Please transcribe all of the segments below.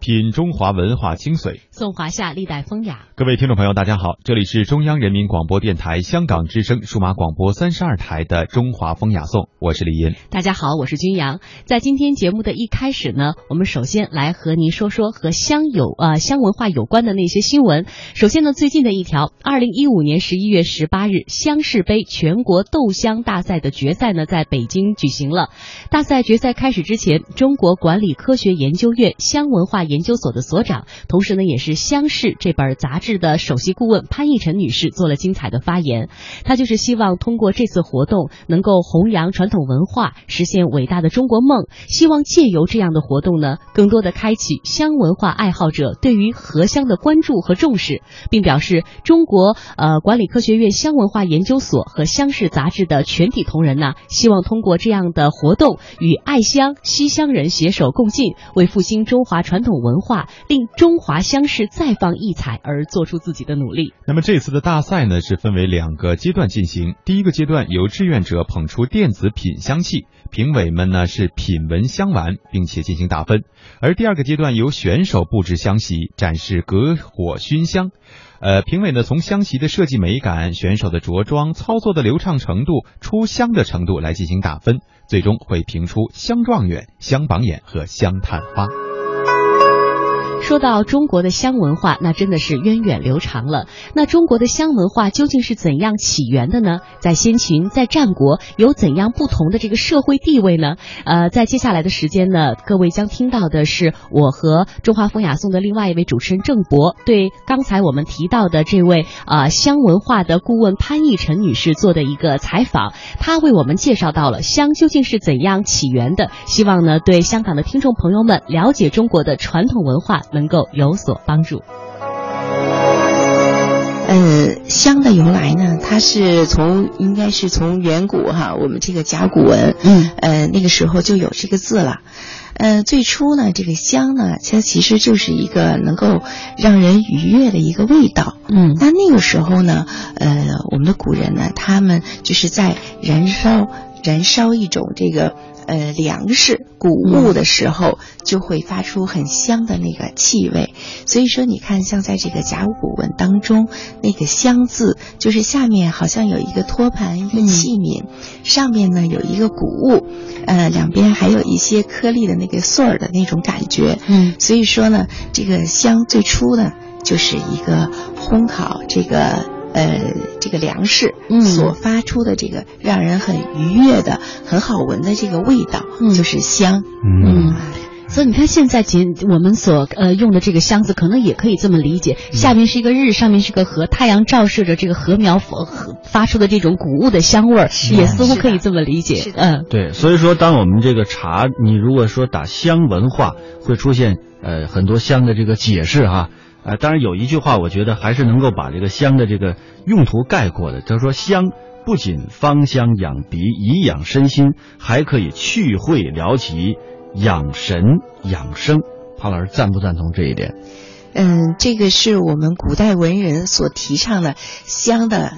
品中华文化精髓， 颂华夏历代风雅。 各位听众朋友大家好，这里是中央人民广播电台香港之声数码广播32台的中华风雅颂，我是李银。 大家好，我是君阳。在今天节目的一开始呢，我们首先来和您说说和香文化有关的那些新闻。首先呢，最近的一条，2015年11月18日，香世杯全国豆香大赛的决赛呢，在北京举行了。大赛决赛开始之前，中国管理科学研究院香文化研究所的所长，同时呢也是香世这本杂志的首席顾问潘义辰女士做了精彩的发言。她就是希望通过这次活动能够弘扬传统文化，实现伟大的中国梦，希望借由这样的活动呢，更多的开启香文化爱好者对于荷香的关注和重视，并表示中国管理科学院香文化研究所和香世杂志的全体同仁呢，希望通过这样的活动与爱香西乡人携手共进，为复兴中华传统文化，令中华香世再放异彩而做出自己的努力。 那么这次的大赛呢，是分为2个阶段进行。第一个阶段由志愿者捧出电子品香器，评委们呢是品闻香丸，并且进行打分。而第二个阶段由选手布置香席，展示隔火熏香。评委呢从香席的设计美感、选手的着装、操作的流畅程度、出香的程度来进行打分，最终会评出香状元、香榜眼和香探花。 说到中国的香文化，那真的是源远流长了。那中国的香文化究竟是怎样起源的呢？在先秦，在战国有怎样不同的这个社会地位呢？在接下来的时间呢，各位将听到的是我和中华风雅颂的另外一位主持人郑博对刚才我们提到的这位香文化的顾问潘义辰女士做的一个采访。她为我们介绍到了香究竟是怎样起源的，希望呢对香港的听众朋友们了解中国的传统文化能够有所帮助。 香的由来呢，它是应该是从远古我们这个甲骨文，那个时候就有这个字了。最初呢，这个香呢，它其实就是一个能够让人愉悦的一个味道。那个时候呢，我们的古人呢，他们就是在燃烧一种这个粮食谷物的时候，就会发出很香的那个气味。所以说你看，像在这个甲骨文当中，那个香字就是下面好像有一个托盘，一个器皿，上面呢有一个谷物，两边还有一些颗粒的那个穗儿的那种感觉。所以说呢，这个香最初呢就是一个烘烤这个粮食所发出的这个让人很愉悦的、很好闻的这个味道，就是香。 所以你看，现在我们所用的这个香字，可能也可以这么理解：下面是一个日，上面是个禾，太阳照射着这个禾苗发出的这种谷物的香味儿，也似乎可以这么理解。 对，所以说，当我们这个茶，你如果说打香文化，会出现很多香的这个解释哈。当然有一句话，我觉得还是能够把这个香的这个用途概括的。他说，香不仅芳香养鼻、颐养身心，还可以去秽疗疾、养神养生。潘老师赞不赞同这一点？ 这个是我们古代文人所提倡的香的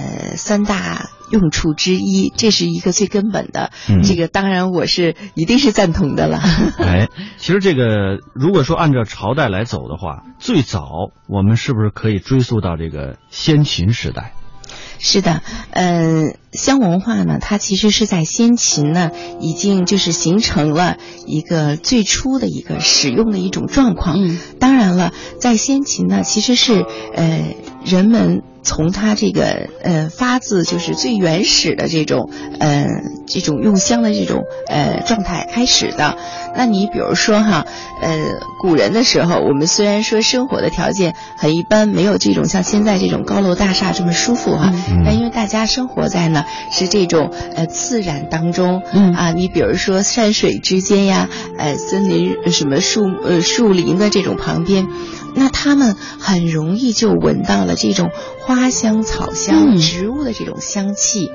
3大用处之一，这是一个最根本的。这个当然我是一定是赞同的了。 其实这个如果说按照朝代来走的话，最早我们是不是可以追溯到这个先秦时代？ 是的，香文化呢，它其实是在先秦呢，已经就是形成了一个最初的一个使用的一种状况。当然了，在先秦呢，其实是人们从它这个发自就是最原始的这种用香的这种状态开始的。那你比如说古人的时候，我们虽然说生活的条件很一般，没有这种像现在这种高楼大厦这么舒服但因为大家生活在呢是这种自然当中你比如说山水之间呀，森林什么树林的这种旁边，那他们很容易就闻到了这种花香、草香、植物的这种香气。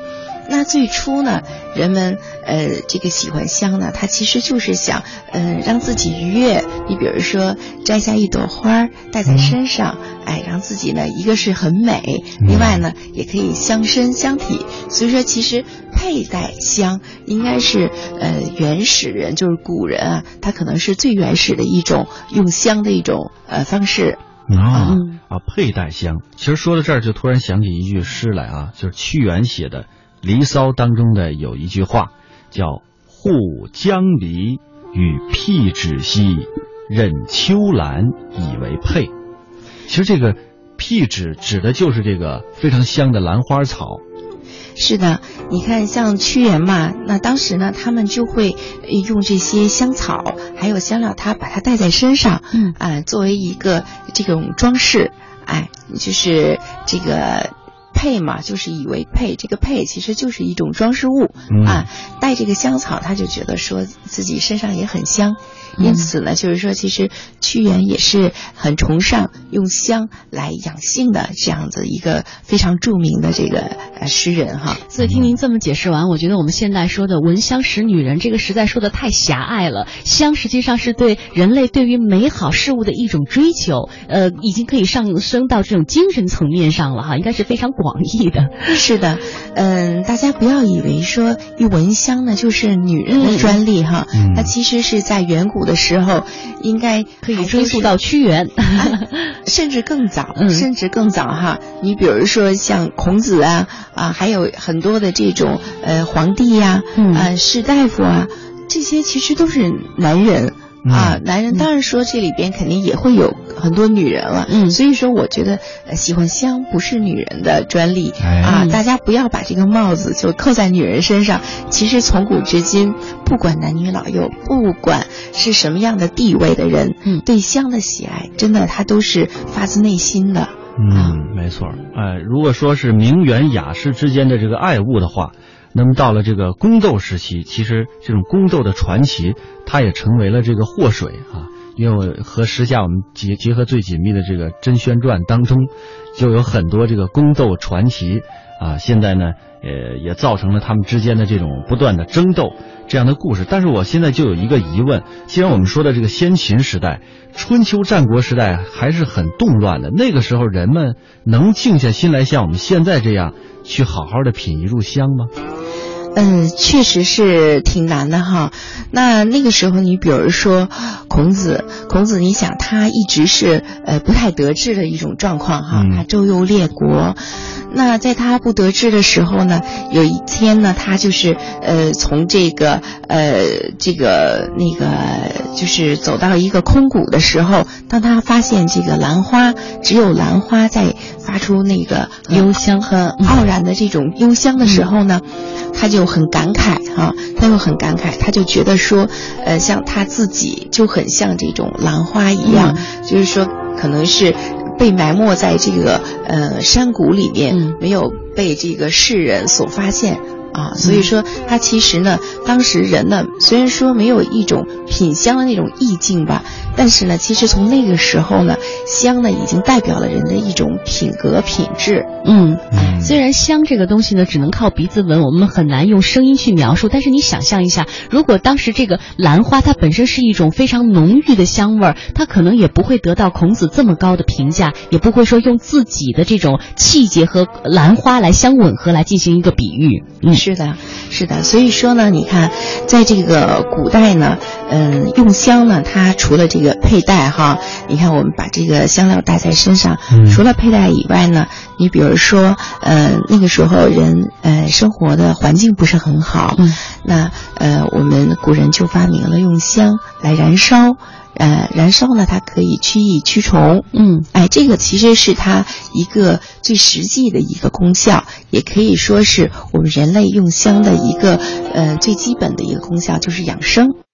那最初呢，人们这个喜欢香呢，它其实就是想让自己愉悦。你比如说摘下一朵花戴在身上，让自己呢一个是很美，另外呢也可以香身香体。所以说其实佩戴香应该是原始人，就是古人啊，他可能是最原始的一种用香的一种方式。 佩戴香，其实说到这儿就突然想起一句诗来啊，就是屈原写的《离骚》当中的有一句话，叫“护江离与辟芷兮，任秋兰以为佩”。其实这个辟芷指的就是这个非常香的兰花草。 是的，你看像屈原嘛，那当时呢他们就会用这些香草还有香料，它把它带在身上，作为一个这种装饰，就是这个佩嘛，就是以为佩，这个佩其实就是一种装饰物带这个香草，他就觉得说自己身上也很香。因此呢，就是说其实屈原也是很崇尚用香来养性的这样子一个非常著名的这个诗人哈。 所以听您这么解释完，我觉得我们现在说的闻香识女人，这个实在说的太狭隘了。香实际上是对人类对于美好事物的一种追求，已经可以上升到这种精神层面上了哈，应该是非常广义的。 是的，大家不要以为说一闻香呢就是女人的专利哈，那其实是在远古的时候应该可以追溯到屈原， 甚至更早，哈。你比如说像孔子还有很多的这种皇帝呀，士大夫啊，这些其实都是男人。男人当然说这里边肯定也会有很多女人了，所以说我觉得喜欢香不是女人的专利大家不要把这个帽子就扣在女人身上。其实从古至今，不管男女老幼，不管是什么样的地位的人，对香的喜爱真的他都是发自内心的。 没错。如果说是名媛雅士之间的这个爱物的话，那么到了这个宫斗时期，其实这种宫斗的传奇它也成为了这个祸水因为和时下我们结合最紧密的这个《甄轩传》当中就有很多这个宫斗传奇现在呢也造成了他们之间的这种不断的争斗这样的故事。但是我现在就有一个疑问，既然我们说的这个先秦时代、春秋战国时代还是很动乱的，那个时候人们能静下心来像我们现在这样去好好的品一炷香吗？ 确实是挺难的哈。那个时候你比如说孔子你想他一直是不太得志的一种状况哈，他周游列国。那在他不得志的时候呢，有一天呢，他就是从这个就是走到一个空谷的时候，当他发现这个兰花，只有兰花在发出那个幽香和傲然的这种幽香的时候呢，他就很感慨他就觉得说像他自己就很像这种兰花一样，就是说可能是被埋没在这个山谷里面，没有被这个世人所发现所以说他其实呢，当时人呢虽然说没有一种品香的那种意境吧，但是呢其实从那个时候呢，香呢已经代表了人的一种品格品质。 虽然香这个东西呢只能靠鼻子闻，我们很难用声音去描述，但是你想象一下，如果当时这个兰花它本身是一种非常浓郁的香味儿，它可能也不会得到孔子这么高的评价，也不会说用自己的这种气节和兰花来相吻合来进行一个比喻。 是的，所以说呢，你看，在这个古代呢，用香呢，它除了这个佩戴哈，你看我们把这个香料带在身上，除了佩戴以外呢，你比如说，那个时候人生活的环境不是很好，那我们古人就发明了用香来燃烧。燃烧呢，它可以驱疫驱虫，这个其实是它一个最实际的一个功效，也可以说是我们人类用香的一个最基本的一个功效，就是养生。